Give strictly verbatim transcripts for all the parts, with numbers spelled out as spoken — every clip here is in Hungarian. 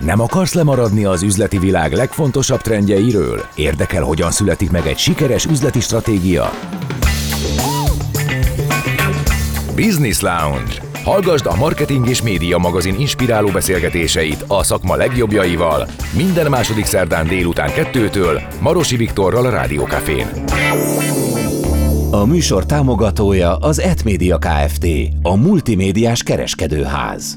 Nem akarsz lemaradni az üzleti világ legfontosabb trendjeiről? Érdekel, hogyan születik meg egy sikeres üzleti stratégia? Business Lounge. Hallgasd a Marketing és Média magazin inspiráló beszélgetéseit a szakma legjobbjaival minden második szerdán délután kettőtől Marosi Viktorral a Rádió Cafén. A műsor támogatója az Etmedia Kft., a multimédiás kereskedőház.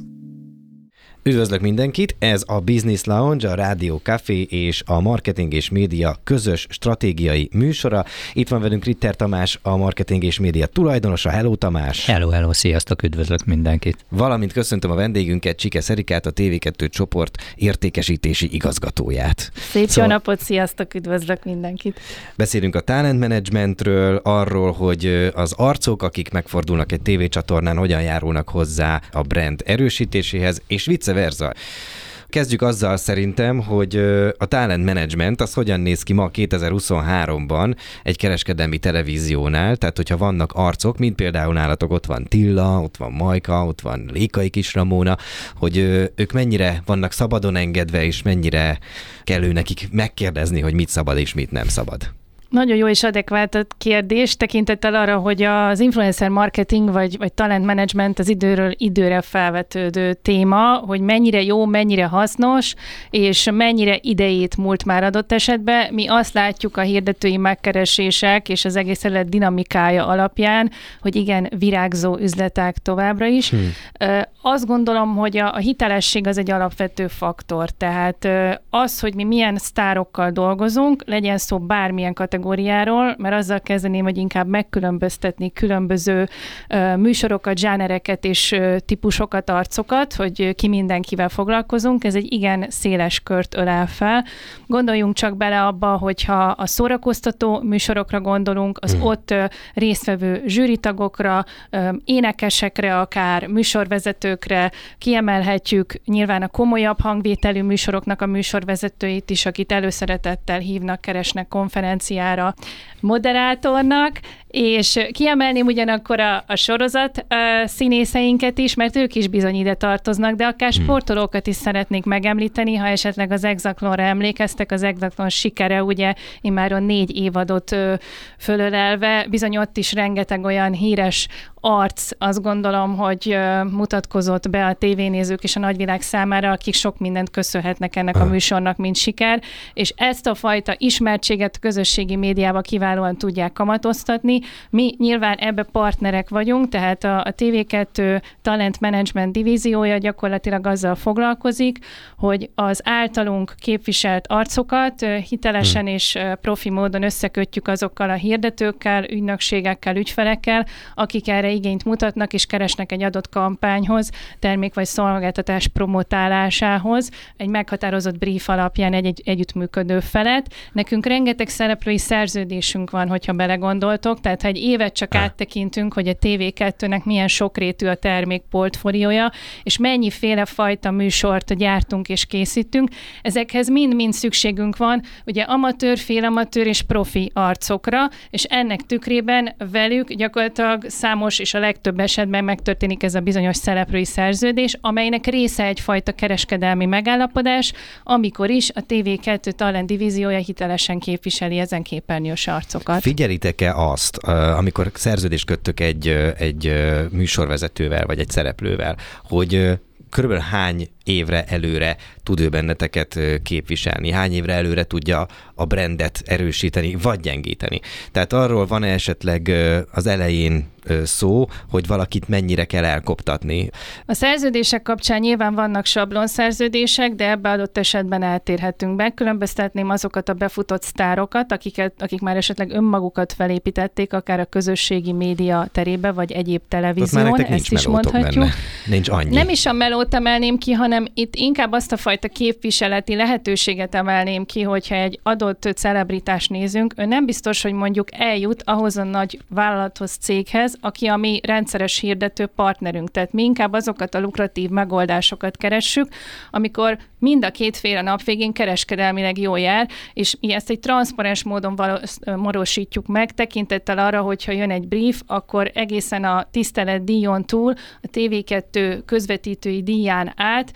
Üdvözlök mindenkit, ez a Business Lounge, a Rádió Café és a Marketing és Média közös stratégiai műsora. Itt van velünk Ritter Tamás, a Marketing és Média tulajdonosa. Hello Tamás! Hello, hello, sziasztok, üdvözlök mindenkit! Valamint köszöntöm a vendégünket, Csike Szerikát, a té vé kettő csoport értékesítési igazgatóját. Szép szóval... jó napot, sziasztok, üdvözlök mindenkit! Beszélünk a talent managementről, arról, hogy az arcok, akik megfordulnak egy tévécsatornán, hogyan járulnak hozzá a brand erősítéséhez, és vice versa. Kezdjük azzal szerintem, hogy a talent management az hogyan néz ki ma kétezer-huszonháromban egy kereskedelmi televíziónál, tehát hogyha vannak arcok, mint például nálatok ott van Tilla, ott van Majka, ott van Lékai Kis Ramóna, hogy ők mennyire vannak szabadon engedve, és mennyire kell ő nekik megkérdezni, hogy mit szabad és mit nem szabad. Nagyon jó és adekvát kérdés, tekintettel arra, hogy az influencer marketing vagy, vagy talent management az időről időre felvetődő téma, hogy mennyire jó, mennyire hasznos, és mennyire idejét múlt már adott esetben. Mi azt látjuk a hirdetői megkeresések és az egész terület dinamikája alapján, hogy igen, virágzó üzletek továbbra is. Hmm. Azt gondolom, hogy a, a hitelesség az egy alapvető faktor, tehát az, hogy mi milyen sztárokkal dolgozunk, legyen szó bármilyen kategóriáról, mert azzal kezdeném, hogy inkább megkülönböztetni különböző uh, műsorokat, zsánereket és uh, típusokat, arcokat, hogy ki mindenkivel foglalkozunk. Ez egy igen széles kört ölel fel. Gondoljunk csak bele abba, hogyha a szórakoztató műsorokra gondolunk, az hmm. ott uh, résztvevő zsűritagokra, uh, énekesekre, akár műsorvezetőkre, kiemelhetjük nyilván a komolyabb hangvételű műsoroknak a műsorvezetőit is, akit előszeretettel hívnak, keresnek konferenciára, moderátornak, és kiemelném ugyanakkor a, a sorozat a színészeinket is, mert ők is bizony ide tartoznak, de akár sportolókat is szeretnék megemlíteni, ha esetleg az Exatlonra emlékeztek, az Exatlon sikere ugye immáron négy évadot ö, fölölelve, bizony ott is rengeteg olyan híres arc, azt gondolom, hogy ö, mutatkozott be a tévénézők és a nagyvilág számára, akik sok mindent köszönhetnek ennek a műsornak, mint siker, és ezt a fajta ismertséget a közösségi médiába kiválóan tudják kamatoztatni. Mi nyilván ebbe partnerek vagyunk, tehát a, a té vé kettő Talent Management divíziója gyakorlatilag azzal foglalkozik, hogy az általunk képviselt arcokat hitelesen hmm. és profi módon összekötjük azokkal a hirdetőkkel, ügynökségekkel, ügyfelekkel, akik erre igényt mutatnak és keresnek egy adott kampányhoz, termék vagy szolgáltatás promotálásához, egy meghatározott brief alapján egy, egy együttműködő felet. Nekünk rengeteg szereplői szerződésünk van, hogyha belegondoltok, tehát ha egy évet csak áttekintünk, hogy a té vé kettőnek milyen sokrétű a termékportfóliója, és mennyiféle fajta műsort gyártunk és készítünk, ezekhez mind-mind szükségünk van, ugye amatőr, félamatőr és profi arcokra, és ennek tükrében velük gyakorlatilag számos és a legtöbb esetben megtörténik ez a bizonyos szereplői szerződés, amelynek része egyfajta kereskedelmi megállapodás, amikor is a té vé kettő Talent divíziója hitelesen képviseli ezen képernyős arcokat. Figyelitek-e azt, amikor szerződést köttök egy, egy műsorvezetővel, vagy egy szereplővel, hogy körülbelül hány évre előre tud ő benneteket képviselni, hány évre előre tudja a brandet erősíteni, vagy gyengíteni. Tehát arról van esetleg az elején szó, hogy valakit mennyire kell elkoptatni. A szerződések kapcsán nyilván vannak sablonszerződések, de ebbe adott esetben eltérhetünk be. Különböztetném azokat a befutott sztárokat, akiket, akik már esetleg önmagukat felépítették, akár a közösségi média terébe, vagy egyéb televízión, ezt is mondhatjuk. Benne. Nincs annyi. Nem is a melót emelném ki, hanem itt inkább azt a fajta képviseleti lehetőséget emelném ki, hogyha egy adott celebritást nézünk, ő nem biztos, hogy mondjuk eljut ahhoz a nagy vállalathoz, céghez, aki a mi rendszeres hirdető partnerünk. Tehát mi inkább azokat a lukratív megoldásokat keressük, amikor mind a két fél a nap végén kereskedelmileg jól jár, és mi ezt egy transzparens módon valósítjuk meg, tekintettel arra, hogyha jön egy brief, akkor egészen a tisztelet díjon túl, a té vé kettő közvetítői díján át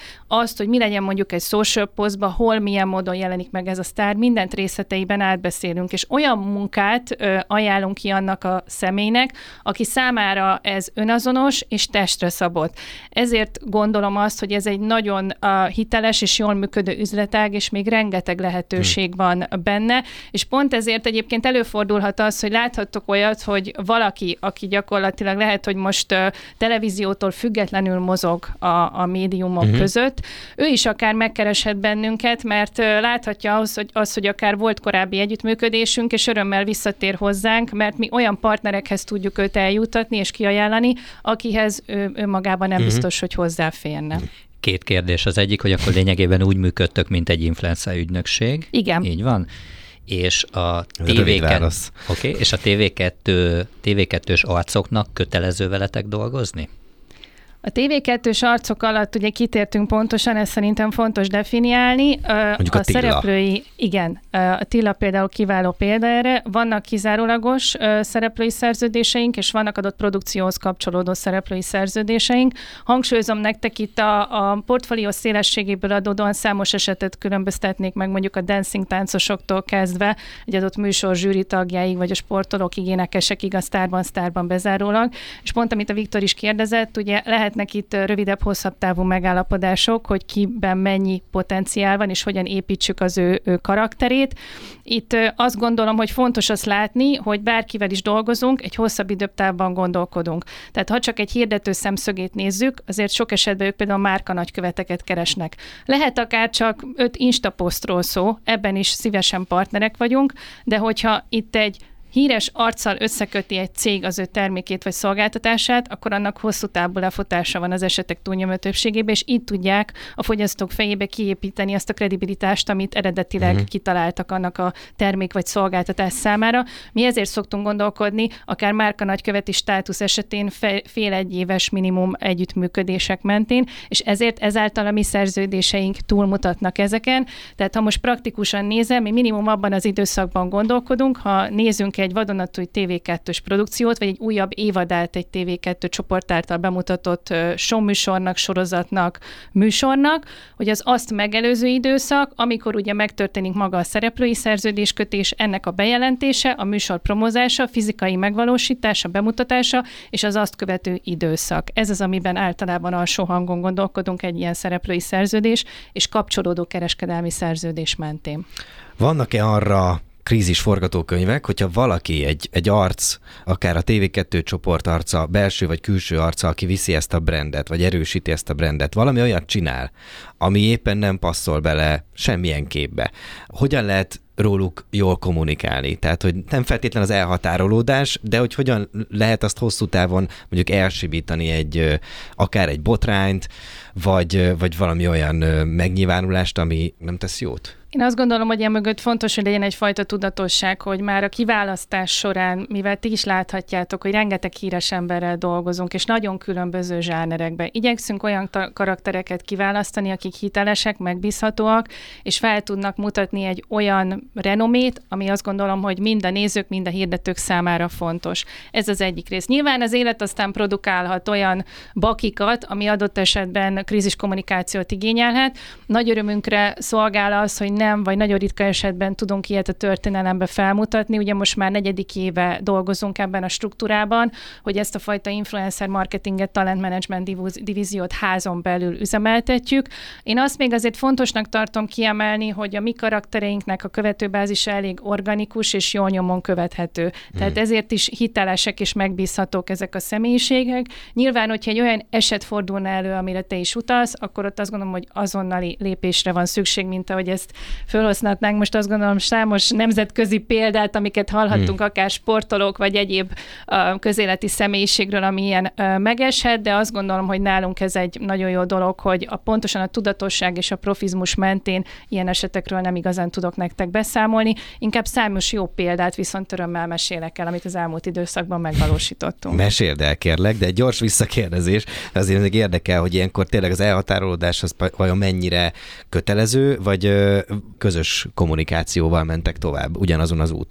azt, hogy mi legyen mondjuk egy social postba, hol milyen módon jelenik meg ez a sztár, mindent részleteiben átbeszélünk, és olyan munkát ö, ajánlunk ki annak a személynek, aki számára ez önazonos és testre szabott. Ezért gondolom azt, hogy ez egy nagyon uh, hiteles és jól működő üzletág, és még rengeteg lehetőség van benne, és pont ezért egyébként előfordulhat az, hogy láthattok olyat, hogy valaki, aki gyakorlatilag lehet, hogy most uh, televíziótól függetlenül mozog a, a médiumok uh-huh. között, ő is akár megkereshet bennünket, mert uh, láthatja az hogy, az, hogy akár volt korábbi együttműködésünk, és örömmel visszatér hozzánk, mert mi olyan partnerekhez tudjuk őt eljutatni és kiajánlani, akihez ő, ő magában nem uh-huh. biztos, hogy hozzáférne. Két kérdés. Az egyik, hogy akkor lényegében úgy működtök, mint egy influencer ügynökség. Igen. Így van. És a té vé kettő, okay, és a té vé kettő, té vé kettős arcoknak kötelező veletek dolgozni? A té vé kettős arcok alatt ugye kitértünk pontosan, ezt szerintem fontos definiálni. Mondjuk a, a Tilla. szereplői, igen, a Tilla például kiváló példa erre. Vannak kizárólagos szereplői szerződéseink, és vannak adott produkcióhoz kapcsolódó szereplői szerződéseink. Hangsúlyozom nektek itt a, a portfólió szélességéből adódóan számos esetet különböztetnék meg, mondjuk a dancing táncosoktól kezdve egy adott műsor zsűri tagjáig, vagy a sportolókig, énekesekig, a sztárban, sztárban bezárólag. És pont amit a Viktor is kérdezett, ugye lehet lehetnek itt rövidebb, hosszabb távú megállapodások, hogy kiben mennyi potenciál van, és hogyan építsük az ő, ő karakterét. Itt azt gondolom, hogy fontos azt látni, hogy bárkivel is dolgozunk, egy hosszabb időtávban gondolkodunk. Tehát ha csak egy hirdető szemszögét nézzük, azért sok esetben ők például márka nagyköveteket keresnek. Lehet akár csak öt instaposztról szó, ebben is szívesen partnerek vagyunk, de hogyha itt egy híres arccal összeköti egy cég az ő termékét vagy szolgáltatását, akkor annak hosszú távú lefutása van az esetek túlnyomó többségében, és így tudják a fogyasztók fejébe kiépíteni azt a kredibilitást, amit eredetileg uh-huh. kitaláltak annak a termék vagy szolgáltatás számára. Mi ezért szoktunk gondolkodni, akár márka nagyköveti státusz esetén fe, fél egy éves minimum együttműködések mentén, és ezért ezáltal a mi szerződéseink túlmutatnak ezeken. Tehát ha most praktikusan nézem, mi minimum abban az időszakban gondolkodunk, ha nézünk egy vadonatúj té vé kettős produkciót, vagy egy újabb évadát egy té vé kettő csoport által bemutatott showműsornak, sorozatnak, műsornak, hogy az azt megelőző időszak, amikor ugye megtörténik maga a szereplői szerződéskötés, ennek a bejelentése, a műsor promozása, fizikai megvalósítása, bemutatása, és az azt követő időszak. Ez az, amiben általában alsó hangon gondolkodunk egy ilyen szereplői szerződés, és kapcsolódó kereskedelmi szerződés mentén. Vannak-e arra krízis forgatókönyvek, hogyha valaki, egy, egy arc, akár a té vé kettő csoport arca, belső vagy külső arca, aki viszi ezt a brandet, vagy erősíti ezt a brandet, valami olyat csinál, ami éppen nem passzol bele semmilyen képbe. Hogyan lehet róluk jól kommunikálni? Tehát, hogy nem feltétlen az elhatárolódás, de hogy hogyan lehet azt hosszú távon mondjuk elsibítani egy, akár egy botrányt, vagy, vagy valami olyan megnyilvánulást, ami nem tesz jót? Én azt gondolom, hogy emögött fontos, hogy legyen egyfajta tudatosság, hogy már a kiválasztás során, mivel ti is láthatjátok, hogy rengeteg híres emberrel dolgozunk, és nagyon különböző zsánerekben. Igyekszünk olyan ta- karaktereket kiválasztani, akik hitelesek, megbízhatóak, és fel tudnak mutatni egy olyan renomét, ami azt gondolom, hogy mind a nézők, mind a hirdetők számára fontos. Ez az egyik rész. Nyilván az élet aztán produkálhat olyan bakikat, ami adott esetben krízis kommunikációt igényelhet. Nagy örömünkre szolgál az, hogy nem, vagy nagyon ritka esetben tudunk ilyet a történelembe felmutatni. Ugye most már negyedik éve dolgozunk ebben a struktúrában, hogy ezt a fajta influencer marketinget, talent management divíziót házon belül üzemeltetjük. Én azt még azért fontosnak tartom kiemelni, hogy a mi karaktereinknek a követőbázisa elég organikus és jól nyomon követhető. Tehát hmm. ezért is hitelesek és megbízhatók ezek a személyiségek. Nyilván, hogyha egy olyan eset fordulna elő, amire te is utalsz, akkor ott azt gondolom, hogy azonnali lépésre van szükség, mint ahogy ezt fölhasználhatnánk. Most azt gondolom számos nemzetközi példát, amiket hallhattunk, hmm. akár sportolók, vagy egyéb uh, közéleti személyiségről, ami ilyen uh, megeshet, de azt gondolom, hogy nálunk ez egy nagyon jó dolog, hogy a, pontosan a tudatosság és a profizmus mentén ilyen esetekről nem igazán tudok nektek beszámolni. Inkább számos jó példát viszont örömmel mesélek el, amit az elmúlt időszakban megvalósítottunk. Meséld el, kérlek, de egy gyors visszakérdezés. Azért még érdekel, hogy ilyenkor tényleg az elhatárolódás az vajon mennyire kötelező, vagy közös kommunikációval mentek tovább ugyanazon az úton?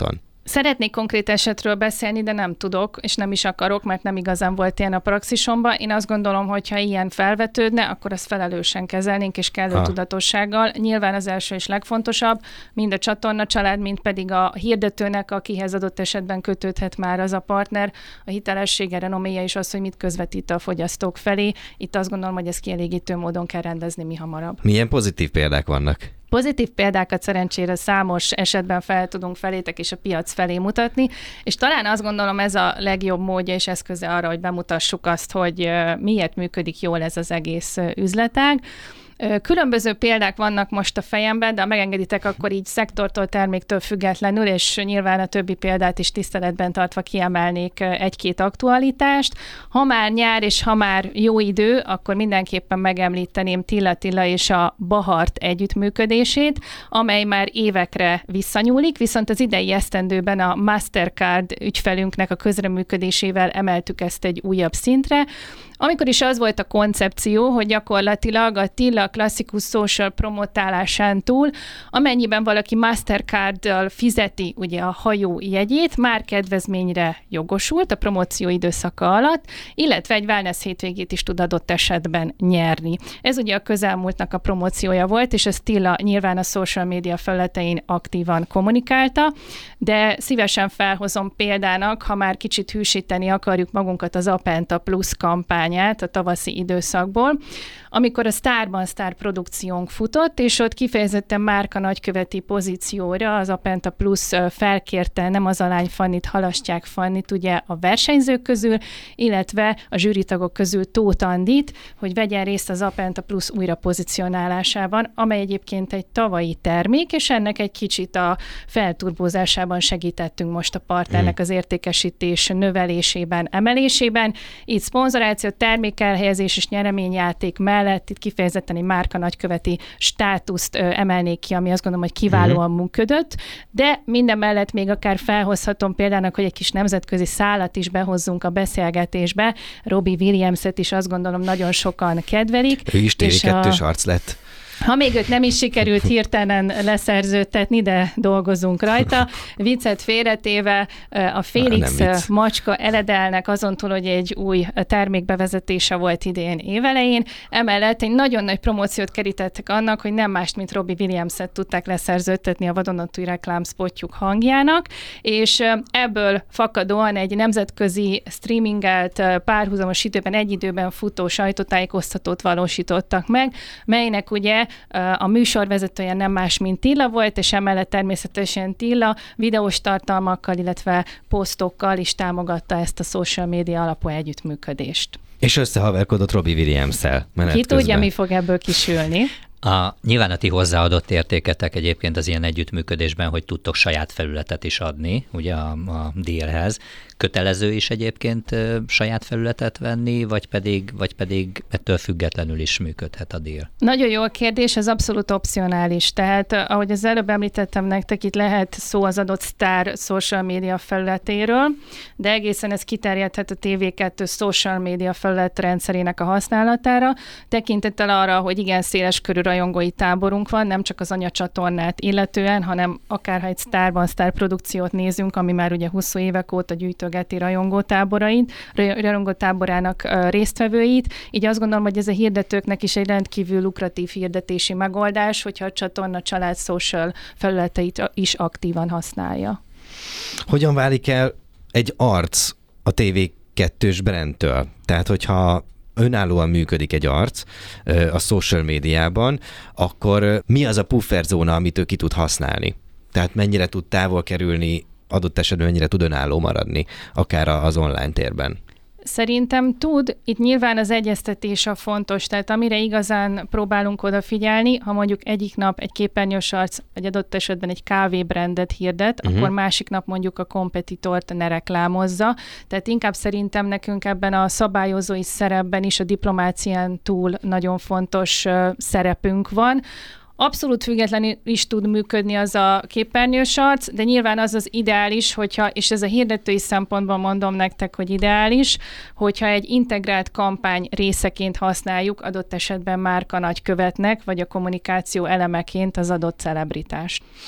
Szeretnék konkrét esetről beszélni, de nem tudok, és nem is akarok, mert nem igazán volt ilyen a praxisomban. Én azt gondolom, hogy ha ilyen felvetődne, akkor azt felelősen kezelnénk, és kellő ha. tudatossággal. Nyilván az első és legfontosabb, mind a csatorna család, mind pedig a hirdetőnek, akihez adott esetben kötődhet már az a partner, a hitelessége, renoméja is az, hogy mit közvetít a fogyasztók felé. Itt azt gondolom, hogy ezt kielégítő módon kell rendezni mi hamarabb. Milyen pozitív példák vannak? Pozitív példákat szerencsére számos esetben fel tudunk felétek és a piac felé mutatni, és talán azt gondolom ez a legjobb módja és eszköze arra, hogy bemutassuk azt, hogy miért működik jól ez az egész üzletág. Különböző példák vannak most a fejemben, de ha megengeditek, akkor így szektortól, terméktől függetlenül, és nyilván a többi példát is tiszteletben tartva kiemelnék egy-két aktualitást. Ha már nyár és ha már jó idő, akkor mindenképpen megemlíteném Tilla Tilla és a Bahart együttműködését, amely már évekre visszanyúlik, viszont az idei esztendőben a Mastercard ügyfelünknek a közreműködésével emeltük ezt egy újabb szintre, amikor is az volt a koncepció, hogy gyakorlatilag a Tilla klasszikus social promotálásán túl, amennyiben valaki Mastercarddal fizeti ugye a hajó jegyét, már kedvezményre jogosult a promóció időszaka alatt, illetve egy wellness hétvégét is tud adott esetben nyerni. Ez ugye a közelmúltnak a promóciója volt, és ezt Tilla nyilván a social media felületein aktívan kommunikálta, de szívesen felhozom példának, ha már kicsit hűsíteni akarjuk magunkat az Apenta Plus kampányát a tavaszi időszakból, amikor a Sztárban Sztár produkciónk futott, és ott kifejezetten márka nagyköveti pozícióra az Apenta Plus felkérte nem az Alány Fannit, Halasztják Fannit ugye a versenyzők közül, illetve a zsűritagok közül Tóth Andit, hogy vegyen részt az Apenta Plus újra pozícionálásában, amely egyébként egy tavalyi termék, és ennek egy kicsit a felturbózásában segítettünk most a partnernek az értékesítés növelésében, emelésében. Így szponzoráció, termékelhelyezés és nyereményjáték mellett itt kifejezetten egy márka nagyköveti státuszt ö, emelnék ki, ami azt gondolom, hogy kiválóan uh-huh. működött, de minden mellett még akár felhozhatom példának, hogy egy kis nemzetközi szálat is behozzunk a beszélgetésbe. Robbie Williams-et is azt gondolom nagyon sokan kedvelik. Ő is té vé kettős arc lett. Ha még őt nem is sikerült hirtelen leszerződtetni, de dolgozunk rajta. Viccet félretéve a Félix macska Eledelnek azon túl, hogy egy új termékbevezetése volt idén évelején. Emellett egy nagyon nagy promóciót kerítettek annak, hogy nem mást, mint Robbie Williams-et tudták leszerződtetni a vadonatúj reklámspotjuk hangjának, és ebből fakadóan egy nemzetközi streamingelt párhuzamos időben, egy időben futó sajtótájékoztatót valósítottak meg, melynek ugye a műsorvezetője nem más, mint Tilla volt, és emellett természetesen Tilla videós tartalmakkal, illetve posztokkal is támogatta ezt a social media alapú együttműködést. És összehaverkodott Robbie Williams-szel menet Ki közben. tudja, mi fog ebből kisülni. A, nyilván a ti hozzáadott értéketek egyébként az ilyen együttműködésben, hogy tudtok saját felületet is adni ugye a, a dealhez. Kötelező is egyébként ö, saját felületet venni, vagy pedig, vagy pedig ettől függetlenül is működhet a deal? Nagyon jó a kérdés, ez abszolút opcionális. Tehát ahogy az előbb említettem nektek, itt lehet szó az adott sztár social media felületéről, de egészen ez kiterjedhet a té vé kettő social media felület rendszerének a használatára, tekintettel arra, hogy igen széles körű rajongói táborunk van, nem csak az anyacsatornát illetően, hanem akár ha egy Sztárban Sztár produkciót nézünk, ami már ugye húsz évek óta gyűjtögeti rajongótáborait, rajongótáborának résztvevőit. Így azt gondolom, hogy ez a hirdetőknek is egy rendkívül lukratív hirdetési megoldás, hogyha a csatorna család social felületeit is aktívan használja. Hogyan válik el egy arc a té vé kettős brandtől? Tehát, hogyha önállóan működik egy arc a social médiában, akkor mi az a pufferzóna, amit ő ki tud használni? Tehát mennyire tud távol kerülni, adott esetben mennyire tud önálló maradni, akár az online térben? Szerintem tud, itt nyilván az egyeztetés a fontos, tehát amire igazán próbálunk odafigyelni, ha mondjuk egyik nap egy képernyős arc, vagy adott esetben egy kávébrendet hirdet, uh-huh. akkor másik nap mondjuk a kompetitort ne reklámozza. Tehát inkább szerintem nekünk ebben a szabályozói szerepben is a diplomácián túl nagyon fontos uh, szerepünk van. Abszolút függetlenül is tud működni az a képernyős arc, de nyilván az az ideális, hogyha, és ez a hirdetői szempontból mondom nektek, hogy ideális, hogyha egy integrált kampány részeként használjuk, adott esetben márka nagykövetnek, vagy a kommunikáció elemeként az adott celebritást.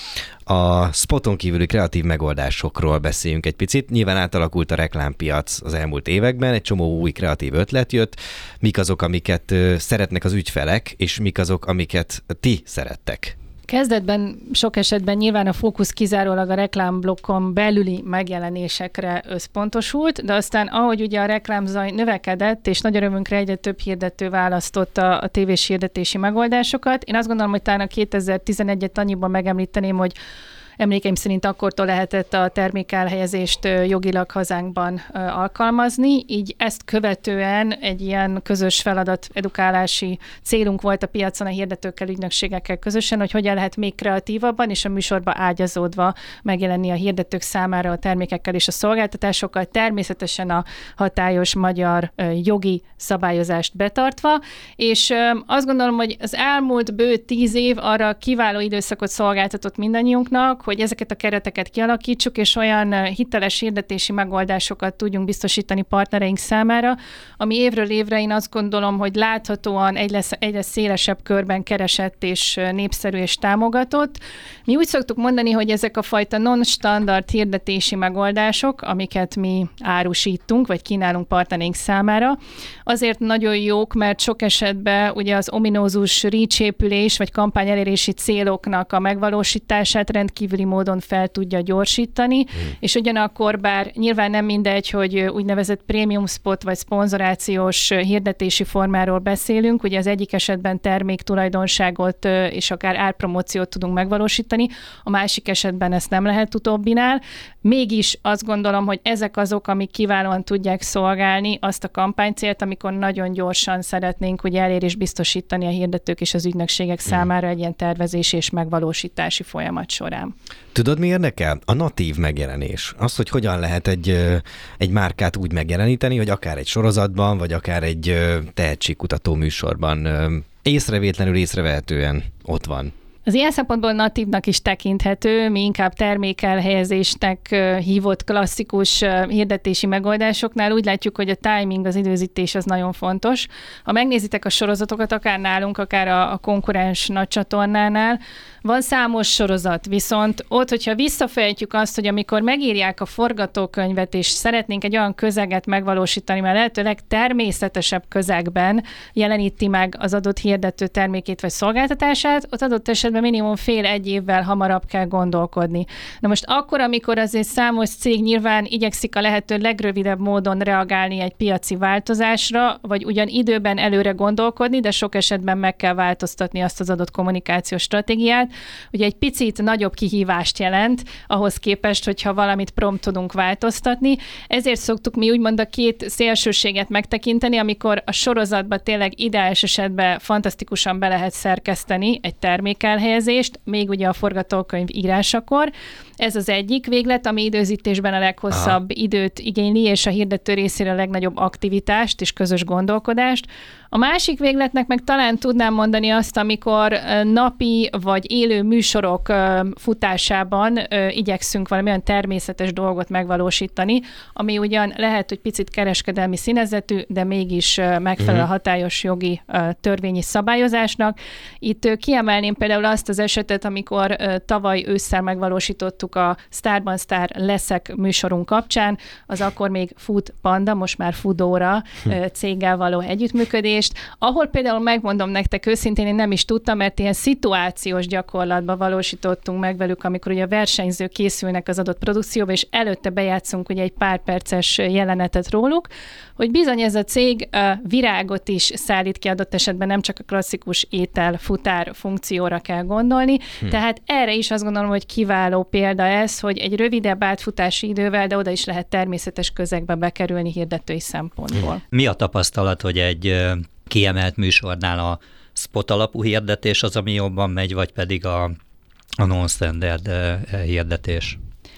a spoton kívüli kreatív megoldásokról beszéljünk egy picit. Nyilván átalakult a reklámpiac az elmúlt években, egy csomó új kreatív ötlet jött. Mik azok, amiket szeretnek az ügyfelek, és mik azok, amiket ti szerettek? Kezdetben sok esetben nyilván a fókusz kizárólag a reklámblokkon belüli megjelenésekre összpontosult, de aztán ahogy ugye a reklámzaj növekedett, és nagy örömünkre egyre több hirdető választotta a tévés hirdetési megoldásokat, én azt gondolom, hogy talán a kétezer-tizenegyet annyiban megemlíteném, hogy emlékeim szerint akkortól lehetett a termékelhelyezést jogilag hazánkban alkalmazni, így ezt követően egy ilyen közös feladat edukálási célunk volt a piacon a hirdetőkkel, ügynökségekkel közösen, hogy hogyan lehet még kreatívabban és a műsorba ágyazódva megjelenni a hirdetők számára a termékekkel és a szolgáltatásokkal, természetesen a hatályos magyar jogi szabályozást betartva, és azt gondolom, hogy az elmúlt bő tíz év arra kiváló időszakot szolgáltatott mindannyiunknak, hogy ezeket a kereteket kialakítsuk, és olyan hiteles hirdetési megoldásokat tudjunk biztosítani partnereink számára, ami évről évre én azt gondolom, hogy láthatóan egyre, egyre szélesebb körben keresett és népszerű és támogatott. Mi úgy szoktuk mondani, hogy ezek a fajta non-standard hirdetési megoldások, amiket mi árusítunk, vagy kínálunk partnereink számára, azért nagyon jók, mert sok esetben ugye az ominózus reach-épülés, vagy kampányelérési céloknak a megvalósítását rendkívüli módon fel tudja gyorsítani, hmm. és ugyanakkor bár nyilván nem mindegy, hogy úgynevezett prémium spot vagy szponzorációs hirdetési formáról beszélünk, ugye az egyik esetben termék tulajdonságot és akár árpromóciót tudunk megvalósítani, a másik esetben ezt nem lehet utóbbinál. Mégis azt gondolom, hogy ezek azok, amik kiválóan tudják szolgálni azt a kampánycélt, amikor nagyon gyorsan szeretnénk ugye elérni és biztosítani a hirdetők és az ügynökségek számára egy ilyen tervezési és megvalósítási folyamat során. Tudod, mi érdekel? A natív megjelenés. Az, hogy hogyan lehet egy, egy márkát úgy megjeleníteni, hogy akár egy sorozatban, vagy akár egy tehetségkutató műsorban észrevétlenül észrevehetően ott van. Az ilyen szempontból natívnak is tekinthető, mi inkább termékelhelyezésnek hívott klasszikus hirdetési megoldásoknál úgy látjuk, hogy a timing, az időzítés az nagyon fontos. Ha megnézitek a sorozatokat, akár nálunk, akár a, a konkurens nagy csatornánál, van számos sorozat, viszont ott, hogyha visszafejtjük azt, hogy amikor megírják a forgatókönyvet, és szeretnénk egy olyan közeget megvalósítani, mert lehetőleg természetesebb közegben jeleníti meg az adott hirdető termékét vagy szolgáltatását, ott adott esetben minimum fél-egy évvel hamarabb kell gondolkodni. Na most akkor, amikor azért számos cég nyilván igyekszik a lehető legrövidebb módon reagálni egy piaci változásra, vagy ugyan időben előre gondolkodni, de sok esetben meg kell változtatni azt az adott kommunikációs stratégiát, ugye egy picit nagyobb kihívást jelent ahhoz képest, hogyha valamit prompt tudunk változtatni. Ezért szoktuk mi úgymond a két szélsőséget megtekinteni, amikor a sorozatba tényleg ideális esetben fantasztikusan be lehet szerkeszteni egy termékelhelyezést, még ugye a forgatókönyv írásakor. Ez az egyik véglet, ami időzítésben a leghosszabb Aha. időt igényli, és a hirdető részére a legnagyobb aktivitást és közös gondolkodást. A másik végletnek meg talán tudnám mondani azt, amikor napi vagy élő műsorok futásában igyekszünk valamilyen természetes dolgot megvalósítani, ami ugyan lehet, hogy picit kereskedelmi színezetű, de mégis megfelel a hatályos jogi törvényi szabályozásnak. Itt kiemelném például azt az esetet, amikor tavaly ősszel megvalósítottuk a Sztárban Sztár leszek műsorunk kapcsán, az akkor még Food Panda, most már Foodora céggel való együttműködés, ahol például megmondom nektek őszintén, én nem is tudtam, mert ilyen szituációs gyakorlatban valósítottunk meg velük, amikor ugye a versenyzők készülnek az adott produkcióba, és előtte bejátszunk ugye egy pár perces jelenetet róluk, hogy bizony ez a cég virágot is szállít ki adott esetben, nem csak a klasszikus étel, futár funkcióra kell gondolni, hm. tehát erre is azt gondolom, hogy kiváló példa ez, hogy egy rövidebb átfutási idővel, de oda is lehet természetes közegbe bekerülni hirdetői szempontból. Mi a tapasztalat, hogy egy kiemelt műsornál a spot alapú hirdetés az, ami jobban megy, vagy pedig a, a non-standard hirdetés?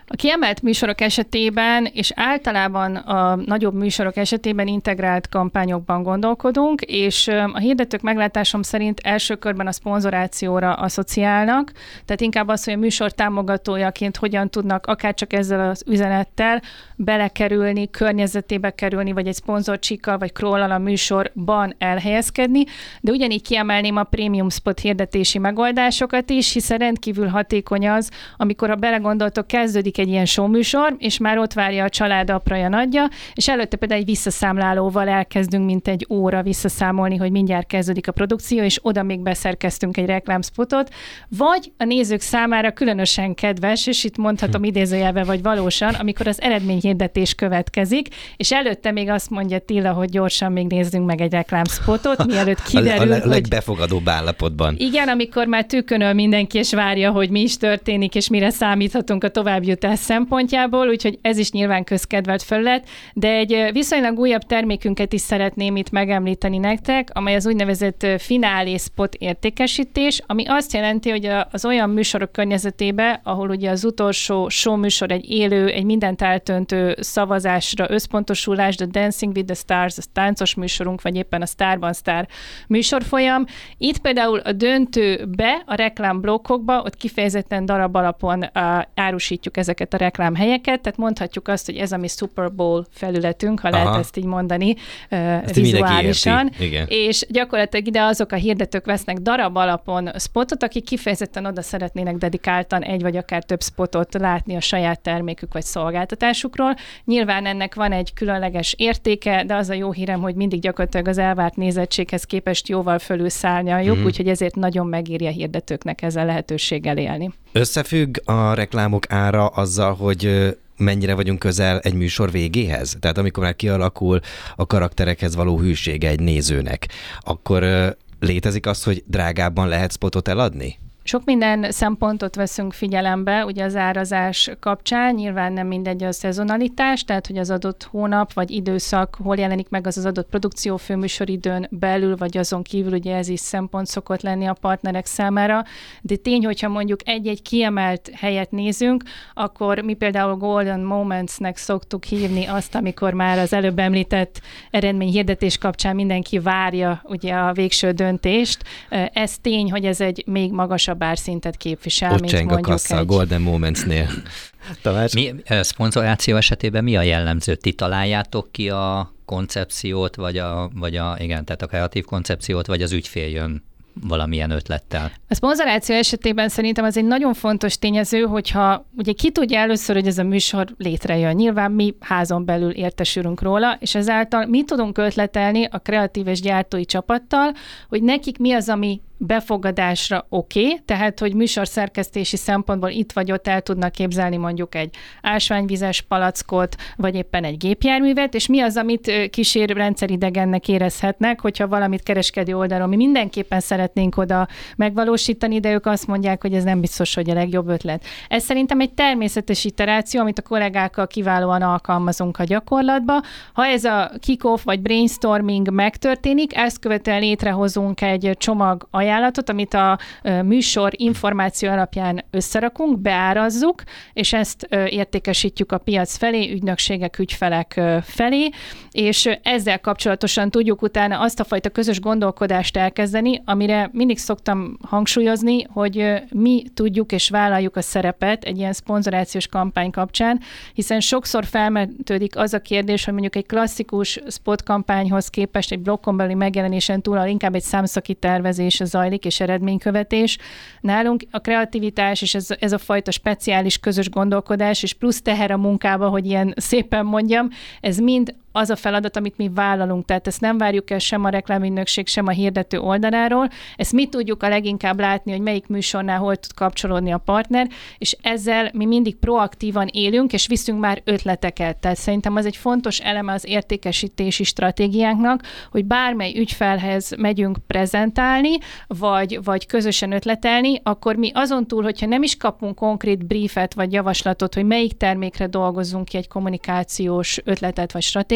A kiemelt műsorok esetében, és általában a nagyobb műsorok esetében integrált kampányokban gondolkodunk, és a hirdetők meglátásom szerint első körben a szponzorációra asszociálnak, tehát inkább az, hogy a műsor támogatójaként hogyan tudnak akár csak ezzel az üzenettel belekerülni, környezetébe kerülni, vagy egy szponzorcsíkkal, vagy crawllal a műsorban elhelyezkedni, de ugyanígy kiemelném a prémium spot hirdetési megoldásokat is, hiszen rendkívül hatékony az, amikor, ha belegondoltok, kezdődik egy ilyen showműsor, és már ott várja a család apraja nagyja, és előtte például egy visszaszámlálóval elkezdünk, mint egy óra visszaszámolni, hogy mindjárt kezdődik a produkció, és oda még beszerkeztünk egy reklámspotot, vagy a nézők számára különösen kedves, és itt mondhatom idézőjelben vagy valósan, amikor az eredményhirdetés következik, és előtte még azt mondja Tilla, hogy gyorsan még nézzünk meg egy reklámspotot, mielőtt kiderül, a, a, a legbefogadóbb hogy... állapotban. Igen, amikor már tűkönöl mindenki, és várja, hogy mi is történik, és mire számíthatunk a továbbjutás szempontjából, úgyhogy ez is nyilván közkedvelt felület, de egy viszonylag újabb termékünket is szeretném itt megemlíteni nektek, amely az úgynevezett finálé spot értékesítés, ami azt jelenti, hogy az olyan műsorok környezetébe, ahol ugye az utolsó show műsor egy élő, egy mindent eltöntő szavazásra összpontosulás, a Dancing with the Stars, a táncos műsorunk, vagy éppen a Starban Star műsorfolyam. Itt például a döntőbe, a reklámblokkokba, ott kifejezetten darab alapon uh, árusítjuk ezeket a reklámhelyeket, tehát mondhatjuk azt, hogy ez a mi Super Bowl felületünk, ha Aha. lehet ezt így mondani uh, vizuálisan. És gyakorlatilag ide azok a hirdetők vesznek darab alapon spotot, akik kifejezetten oda szeretnének dedikáltan egy vagy akár több spotot látni a saját termékük vagy szolgáltatásukról. Nyilván ennek van egy különleges értéke, de az a jó hírem, hogy mindig gyakorlatilag az elvárt nézettséghez képest jóval fölülszárnyaljuk, mm. úgyhogy ezért nagyon megéri a hirdetőknek ezzel lehetőséggel élni. Összefügg a reklámok ára azzal, hogy mennyire vagyunk közel egy műsor végéhez? Tehát amikor már kialakul a karakterekhez való hűsége egy nézőnek, akkor létezik az, hogy drágábban lehet spotot eladni? Sok minden szempontot veszünk figyelembe, ugye az árazás kapcsán, nyilván nem mindegy a szezonalitás, tehát hogy az adott hónap vagy időszak, hol jelenik meg az az adott produkció főműsoridőn belül, vagy azon kívül, ugye ez is szempont szokott lenni a partnerek számára, de tény, hogyha mondjuk egy-egy kiemelt helyet nézünk, akkor mi például Golden Momentsnek szoktuk hívni azt, amikor már az előbb említett eredményhirdetés kapcsán mindenki várja ugye a végső döntést. Ez tény, hogy ez egy még magasabb árszintet képvisel, ott mint cseng mondjuk a kassa egy... a Golden Momentsnél. Tamás? Mi, szponzoráció esetében mi a jellemző? Ti találjátok ki a koncepciót, vagy a, vagy a, igen, tehát a kreatív koncepciót, vagy az ügyfél jön valamilyen ötlettel? A szponzoráció esetében szerintem az egy nagyon fontos tényező, hogyha ugye ki tudja először, hogy ez a műsor létrejön. Nyilván mi házon belül értesülünk róla, és ezáltal mi tudunk ötletelni a kreatív és gyártói csapattal, hogy nekik mi az, ami befogadásra oké, okay, tehát hogy műsorszerkesztési szempontból itt vagy ott el tudnak képzelni mondjuk egy ásványvizes palackot, vagy éppen egy gépjárművet, és mi az, amit kísérő rendszeridegennek érezhetnek, hogyha valamit kereskedő oldalon mi mindenképpen szeretnénk oda megvalósítani, de ők azt mondják, hogy ez nem biztos, hogy a legjobb ötlet. Ez szerintem egy természetes iteráció, amit a kollégákkal kiválóan alkalmazunk a gyakorlatba. Ha ez a kick-off vagy brainstorming megtörténik, ezt követően létrehozunk egy csomag ajánlatot, amit a műsor információ alapján összerakunk, beárazzuk, és ezt értékesítjük a piac felé, ügynökségek, ügyfelek felé, és ezzel kapcsolatosan tudjuk utána azt a fajta közös gondolkodást elkezdeni, amire mindig szoktam hangsúlyozni, hogy mi tudjuk és vállaljuk a szerepet egy ilyen szponzorációs kampány kapcsán, hiszen sokszor felvetődik az a kérdés, hogy mondjuk egy klasszikus spot kampányhoz képest egy blokkon belüli megjelenésen túl, inkább egy számszaki tervezés zajlik és eredménykövetés. Nálunk a kreativitás és ez, ez a fajta speciális közös gondolkodás és plusz teher a munkába, hogy ilyen szépen mondjam, ez mind az a feladat, amit mi vállalunk. Tehát ezt nem várjuk el sem a reklámügynökség, sem a hirdető oldaláról. Ezt mi tudjuk a leginkább látni, hogy melyik műsornál hol tud kapcsolódni a partner, és ezzel mi mindig proaktívan élünk, és viszünk már ötleteket. Tehát szerintem az egy fontos eleme az értékesítési stratégiánknak, hogy bármely ügyfelhez megyünk prezentálni, vagy, vagy közösen ötletelni, akkor mi azon túl, hogyha nem is kapunk konkrét briefet, vagy javaslatot, hogy melyik termékre dolgozzunk ki egy kommunikációs ötletet, vagy stratégiát,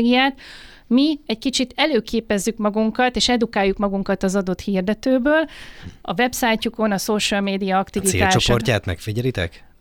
mi egy kicsit előképezzük magunkat, és edukáljuk magunkat az adott hirdetőből. A websájtjukon, a social media aktivitások. A célcsoportját megfigyelitek?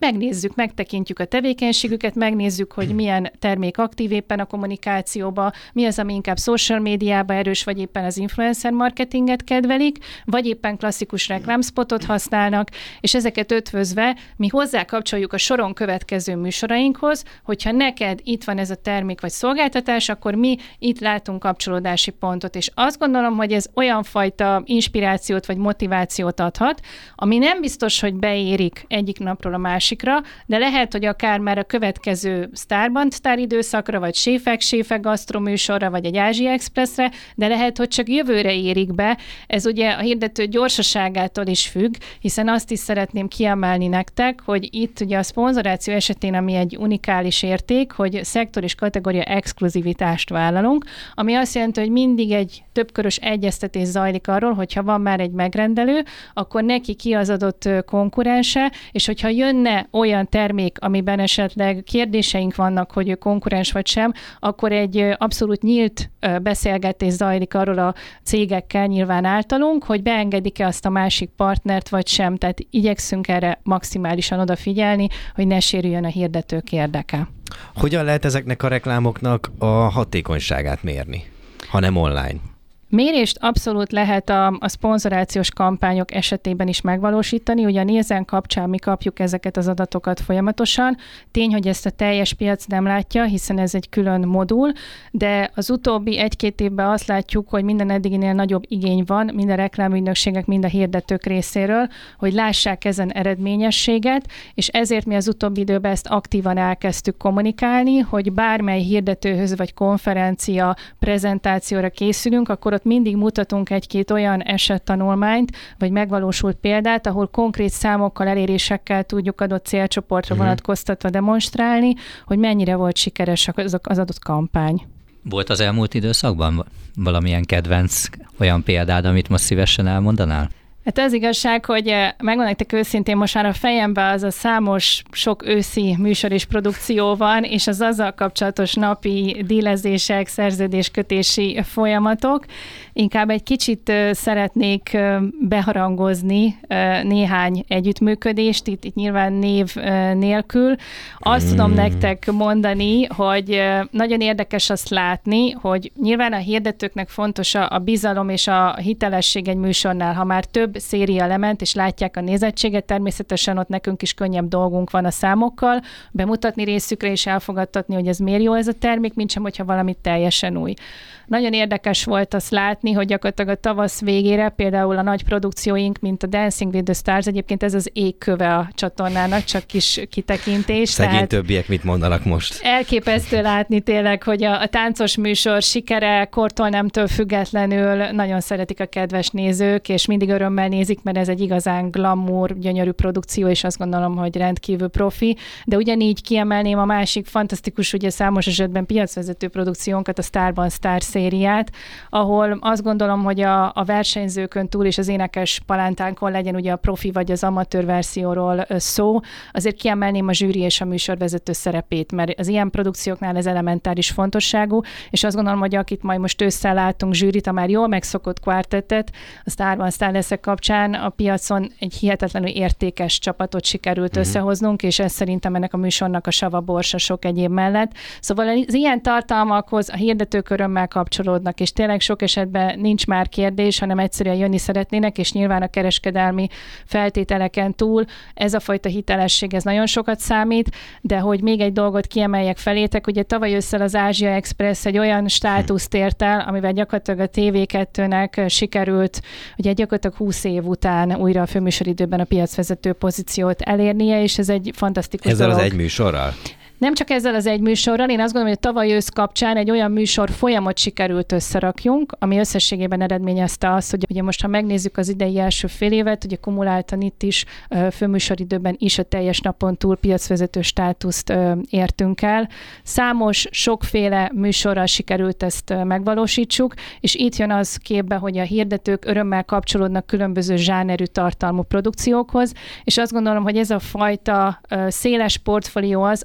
megnézzük, megtekintjük a tevékenységüket, megnézzük, hogy milyen termék aktív éppen a kommunikációba, mi az, ami inkább social médiába erős, vagy éppen az influencer marketinget kedvelik, vagy éppen klasszikus reklámspotot használnak, és ezeket ötvözve mi hozzá kapcsoljuk a soron következő műsorainkhoz, hogyha neked itt van ez a termék vagy szolgáltatás, akkor mi itt látunk kapcsolódási pontot, és azt gondolom, hogy ez olyan fajta inspirációt vagy motivációt adhat, ami nem biztos, hogy beérik egyik napról a másikra, de lehet, hogy akár már a következő sztárban sztár időszakra, vagy séfek, séfek gasztroműsorra, vagy egy Ázsia Expressre, de lehet, hogy csak jövőre érik be. Ez ugye a hirdető gyorsaságától is függ, hiszen azt is szeretném kiemelni nektek, hogy itt ugye a szponzoráció esetén, ami egy unikális érték, hogy szektor és kategória exkluzivitást vállalunk, ami azt jelenti, hogy mindig egy többkörös egyeztetés zajlik arról, hogyha van már egy megrendelő, akkor neki ki az adott konkurense, és hogyha jönne olyan termék, amiben esetleg kérdéseink vannak, hogy ő konkurens vagy sem, akkor egy abszolút nyílt beszélgetés zajlik arról a cégekkel nyilván általunk, hogy beengedik-e azt a másik partnert, vagy sem. Tehát igyekszünk erre maximálisan odafigyelni, hogy ne sérüljön a hirdetők érdeke. Hogyan lehet ezeknek a reklámoknak a hatékonyságát mérni, ha nem online? Mérést abszolút lehet a, a szponzorációs kampányok esetében is megvalósítani, ugye a Nielsen kapcsán mi kapjuk ezeket az adatokat folyamatosan. Tény, hogy ezt a teljes piac nem látja, hiszen ez egy külön modul, de az utóbbi egy-két évben azt látjuk, hogy minden eddiginél nagyobb igény van, mind a reklámügynökségek, mind a hirdetők részéről, hogy lássák ezen eredményességet, és ezért mi az utóbbi időben ezt aktívan elkezdtük kommunikálni, hogy bármely hirdetőhöz vagy konferencia, prezentációra készülünk, akkor ott mindig mutatunk egy-két olyan esettanulmányt, vagy megvalósult példát, ahol konkrét számokkal, elérésekkel tudjuk adott célcsoportra uh-huh. vonatkoztatva demonstrálni, hogy mennyire volt sikeres az, az adott kampány. Volt az elmúlt időszakban valamilyen kedvenc olyan példád, amit most szívesen elmondanál? Hát az igazság, hogy megmondom nektek őszintén, most már a fejemben az a számos, sok őszi műsor és produkció van, és az azzal kapcsolatos napi dílezések, szerződéskötési folyamatok. Inkább egy kicsit szeretnék beharangozni néhány együttműködést, itt, itt nyilván név nélkül. Azt hmm. tudom nektek mondani, hogy nagyon érdekes azt látni, hogy nyilván a hirdetőknek fontos a bizalom és a hitelesség egy műsornál, ha már több széria lement, és látják a nézettséget, természetesen ott nekünk is könnyebb dolgunk van a számokkal, bemutatni részükre és elfogadtatni, hogy ez miért jó ez a termék, mint sem, hogyha valami teljesen új. Nagyon érdekes volt azt látni, hogy gyakorlatilag a tavasz végére például a nagy produkcióink, mint a Dancing with the Stars, egyébként ez az égköve a csatornának, csak kis kitekintés. Szegény többiek mit mondanak most? Elképesztő látni tényleg, hogy a, a táncos műsor sikere kortól nemtől függetlenül nagyon szeretik a kedves nézők, és mindig örömmel nézik, mert ez egy igazán glamour, gyönyörű produkció, és azt gondolom, hogy rendkívül profi. De ugyanígy kiemelném a másik fantasztikus, ugye számos esetben piacvezető produkciónkat, a Starban Star szériát, ahol azt gondolom, hogy a, a versenyzőkön túl és az énekes palántánkon legyen ugye a profi vagy az amatőr verzióról szó, azért kiemelném a zsűri és a műsorvezető szerepét, mert az ilyen produkcióknál ez elementáris fontosságú, és azt gondolom, hogy akit majd most ősszel látunk zsűrit, a már jól megszokott kvartettet, a Starban Star leszek kapcsán a piacon egy hihetetlenül értékes csapatot sikerült mm-hmm. összehoznunk, és ez szerintem ennek a műsornak a sava borsa sok egyéb mellett. Szóval az ilyen tartalmakhoz a hirdetők örömmel kapcsolódnak, és tényleg sok esetben nincs már kérdés, hanem egyszerűen jönni szeretnének, és nyilván a kereskedelmi feltételeken túl ez a fajta hitelesség, ez nagyon sokat számít, de hogy még egy dolgot kiemeljek felétek, ugye tavaly ősszel az Ázsia Express egy olyan státuszt ért el, amivel gyakorlatilag a té vé kettőnek sikerült, ugye gyakorlatilag húsz év után újra a főműsoridőben a piacvezető pozíciót elérnie, és ez egy fantasztikus Ezzel dolog. az egy műsorral? Nem csak ezzel az egy műsorral, én azt gondolom, hogy a tavaly ősz kapcsán egy olyan műsor folyamot sikerült összerakjunk, ami összességében eredményezte azt, hogy ugye most, ha megnézzük az idei első fél évet, ugye kumuláltan itt is főműsoridőben is a teljes napon túl piacvezető státuszt értünk el. Számos, sokféle műsorral sikerült ezt megvalósítsuk, és itt jön az képbe, hogy a hirdetők örömmel kapcsolódnak különböző zsánerű tartalmú produkciókhoz, és azt gondolom, hogy ez a fajta széles portfólió az, ami lehet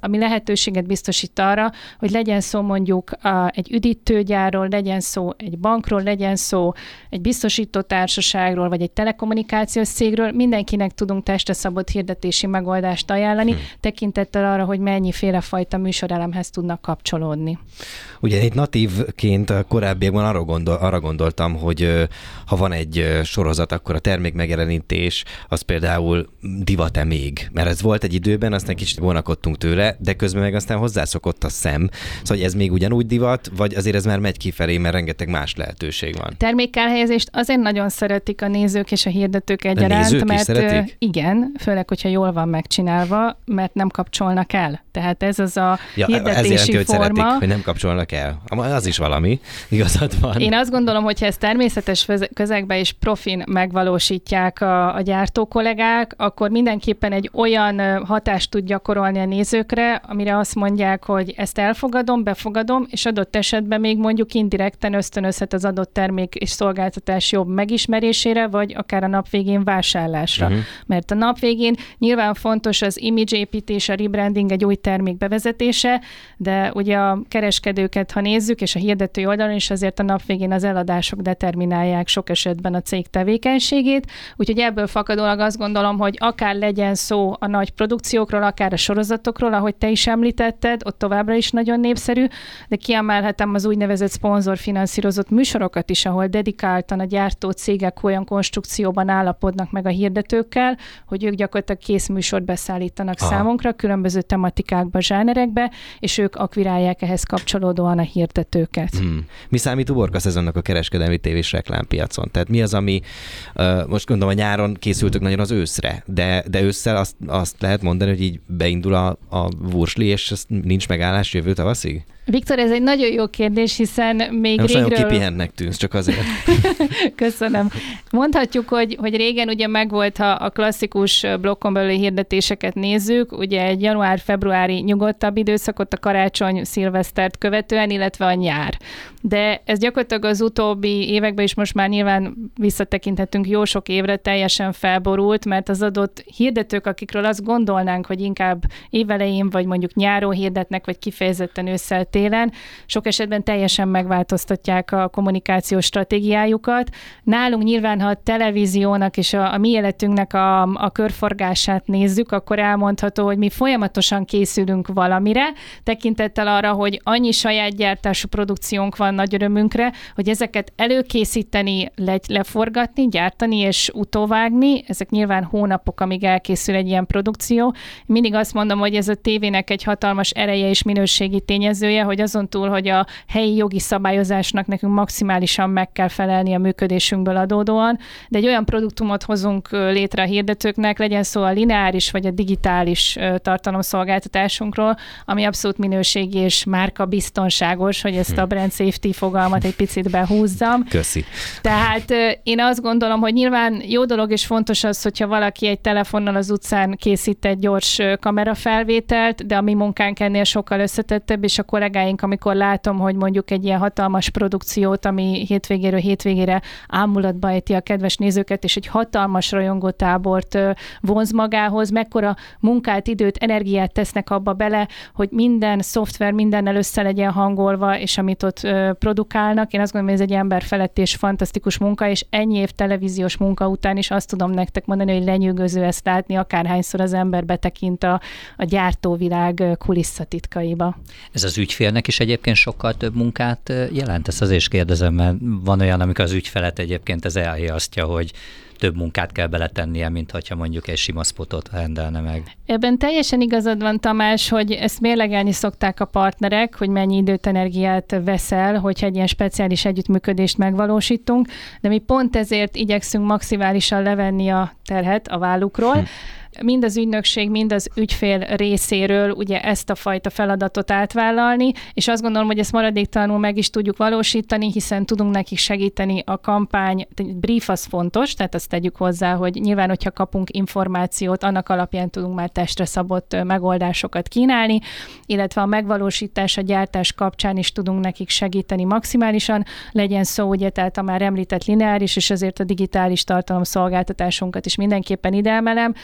lehetőséget biztosít arra, hogy legyen szó mondjuk a, egy üdítőgyárról, legyen szó egy bankról, legyen szó egy biztosító társaságról, vagy egy telekommunikációs cégről, mindenkinek tudunk testre szabott hirdetési megoldást ajánlani, hmm. tekintettel arra, hogy mennyiféle fajta műsorelemhez tudnak kapcsolódni. Ugye egy natívként korábbiakban arra, gondol, arra gondoltam, hogy ha van egy sorozat, akkor a termék megjelenítés az például divat-e még? Mert ez volt egy időben, aztán kicsit vonakodtunk tőle, de közben meg aztán hozzászokott a szem. Szóval hogy ez még ugyanúgy divat, vagy azért ez már megy kifelé, mert rengeteg más lehetőség van? Termékelhelyezést azért nagyon szeretik a nézők és a hirdetők egyaránt, nézők mert is szeretik? Igen, főleg, hogyha jól van megcsinálva, mert nem kapcsolnak el. Tehát ez az a ja, hirdetési ez jelenti, hogy forma. Szeretik, hogy nem kapcsolnak el. Az is valami, igazad van. Én azt gondolom, hogy ha ezt természetes közegben és profin megvalósítják a, a gyártó kollégák, akkor mindenképpen egy olyan hatást tud gyakorolni a nézőkre, amire azt mondják, hogy ezt elfogadom, befogadom, és adott esetben még mondjuk indirekten ösztönözhet az adott termék és szolgáltatás jobb megismerésére, vagy akár a nap végén vásárlásra. Uh-huh. Mert a nap végén nyilván fontos az image építés, a rebranding, egy új termék bevezetése, de ugye a kereskedőket, ha nézzük, és a hirdetői oldalon is azért a nap végén az eladások determinálják sok esetben a cég tevékenységét, úgyhogy ebből fakadólag azt gondolom, hogy akár legyen szó a nagy produkciókról, akár a sorozatokról, ahogy te is említetted, ott továbbra is nagyon népszerű, de kiemelhetem az úgynevezett szponzorfinanszírozott műsorokat is, ahol dedikáltan a gyártó cégek olyan konstrukcióban állapodnak meg a hirdetőkkel, hogy ők gyakorlatilag kész műsort beszállítanak Aha. számunkra, különböző tematikákba, zsánerekbe, és ők akvirálják ehhez kapcsolódóan a hirdetőket. Hmm. Mi számít uborka szezonnak a kereskedelmi tévés reklámpiacon? Tehát mi az, ami uh, most gondolom, a nyáron készültök nagyon az őszre, de, de ősszel azt, azt lehet mondani, hogy így beindul a, a vursli, és nincs megállás jövő tavaszig? Viktor, ez egy nagyon jó kérdés, hiszen még most régről... nagyon kipihentnek tűnsz, csak azért. Köszönöm. Mondhatjuk, hogy, hogy régen ugye megvolt, ha a klasszikus blokkon belüli hirdetéseket nézzük, ugye egy január-februári nyugodtabb időszakot, a karácsony, szilvesztert követően, illetve a nyár. De ez gyakorlatilag az utóbbi években is most már nyilván visszatekinthetünk jó sok évre, teljesen felborult, mert az adott hirdetők, akikről azt gondolnánk, hogy inkább évelején, vagy mondjuk nyáron hirdetnek, vagy kifejezetten ősszel, télen, sok esetben teljesen megváltoztatják a kommunikációs stratégiájukat. Nálunk nyilván, ha a televíziónak és a, a mi életünknek a, a körforgását nézzük, akkor elmondható, hogy mi folyamatosan készülünk valamire, tekintettel arra, hogy annyi saját gyártású produkciónk van nagy örömünkre, hogy ezeket előkészíteni, le, leforgatni, gyártani és utóvágni, ezek nyilván hónapok, amíg elkészül egy ilyen produkció. Mindig azt mondom, hogy ez a tévének egy hatalmas ereje és minőségi tényezője, hogy azon túl, hogy a helyi jogi szabályozásnak nekünk maximálisan meg kell felelni a működésünkből adódóan, de egy olyan produktumot hozunk létre a hirdetőknek, legyen szó a lineáris vagy a digitális tartalomszolgáltatásunkról, ami abszolút minőségi és márka biztonságos, hogy ezt a brand safety fogalmat egy picit behúzzam. Köszi. Tehát én azt gondolom, hogy nyilván jó dolog és fontos az, hogyha valaki egy telefonnal az utcán készít egy gyors kamerafelvételt, de a mi munkánk ennél sokkal összetettebb, és a kollégáink, amikor látom, hogy mondjuk egy ilyen hatalmas produkciót, ami hétvégéről hétvégére ámulatba ejti a kedves nézőket, és egy hatalmas rajongótábort vonz magához, mekkora munkát, időt, energiát tesznek abba bele, hogy minden szoftver mindennel össze legyen hangolva, és amit ott produkálnak. Én azt gondolom, hogy ez egy emberfeletti és fantasztikus munka, és ennyi év televíziós munka után is azt tudom nektek mondani, hogy lenyűgöző ezt látni, akárhányszor az ember betekint a, a gyártóvilág kulisszatitkaiba. Ez az ügyfélnek is egyébként sokkal több munkát jelent? Ezt azért is kérdezem, mert van olyan, amikor az ügyfelet egyébként ez elhiasztja, hogy több munkát kell beletennie, mint hogyha mondjuk egy sima spotot rendelne meg. Ebben teljesen igazad van, Tamás, hogy ezt mérlegelni szokták a partnerek, hogy mennyi időt, energiát veszel, hogyha egy ilyen speciális együttműködést megvalósítunk, de mi pont ezért igyekszünk maximálisan levenni a terhet a vállukról, hm. mind az ügynökség, mind az ügyfél részéről ugye ezt a fajta feladatot átvállalni, és azt gondolom, hogy ezt maradéktalanul meg is tudjuk valósítani, hiszen tudunk nekik segíteni a kampány, brief az fontos, tehát azt tegyük hozzá, hogy nyilván, hogyha kapunk információt, annak alapján tudunk már testre szabott megoldásokat kínálni, illetve a megvalósítás, a gyártás kapcsán is tudunk nekik segíteni maximálisan, legyen szó ugye, tehát a már említett lineáris, és azért a digitális tartalomszolgáltatásunkat is mindenképpen ide emelem, és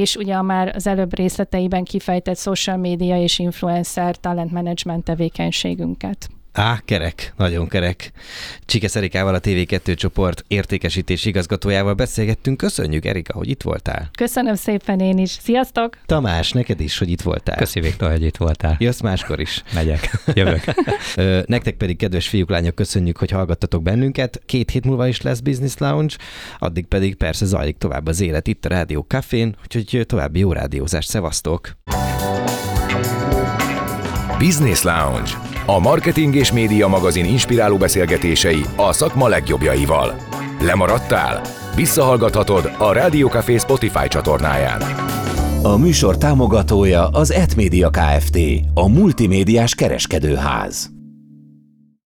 és ugye a már az előbb részleteiben kifejtett social media és influencer talent management tevékenységünket. Á, kerek, nagyon kerek. Csikesz Erikával, a té vé kettő csoport értékesítési igazgatójával beszélgettünk. Köszönjük, Erika, hogy itt voltál. Köszönöm szépen én is. Sziasztok! Tamás, neked is, hogy itt voltál. Köszi, Viktor, hogy itt voltál. Jössz máskor is. Megyek, jövök. Nektek pedig, kedves fiúk, lányok, köszönjük, hogy hallgattatok bennünket. Két hét múlva is lesz Business Lounge, addig pedig persze zajlik tovább az élet itt a Rádió Cafén, úgyhogy további jó rádiózást, szevasztok! Business Lounge, a marketing és média magazin inspiráló beszélgetései a szakma legjobbjaival. Lemaradtál? Visszahallgathatod a Rádió Café Spotify csatornáján. A műsor támogatója az et média Kft., a multimédiás kereskedőház.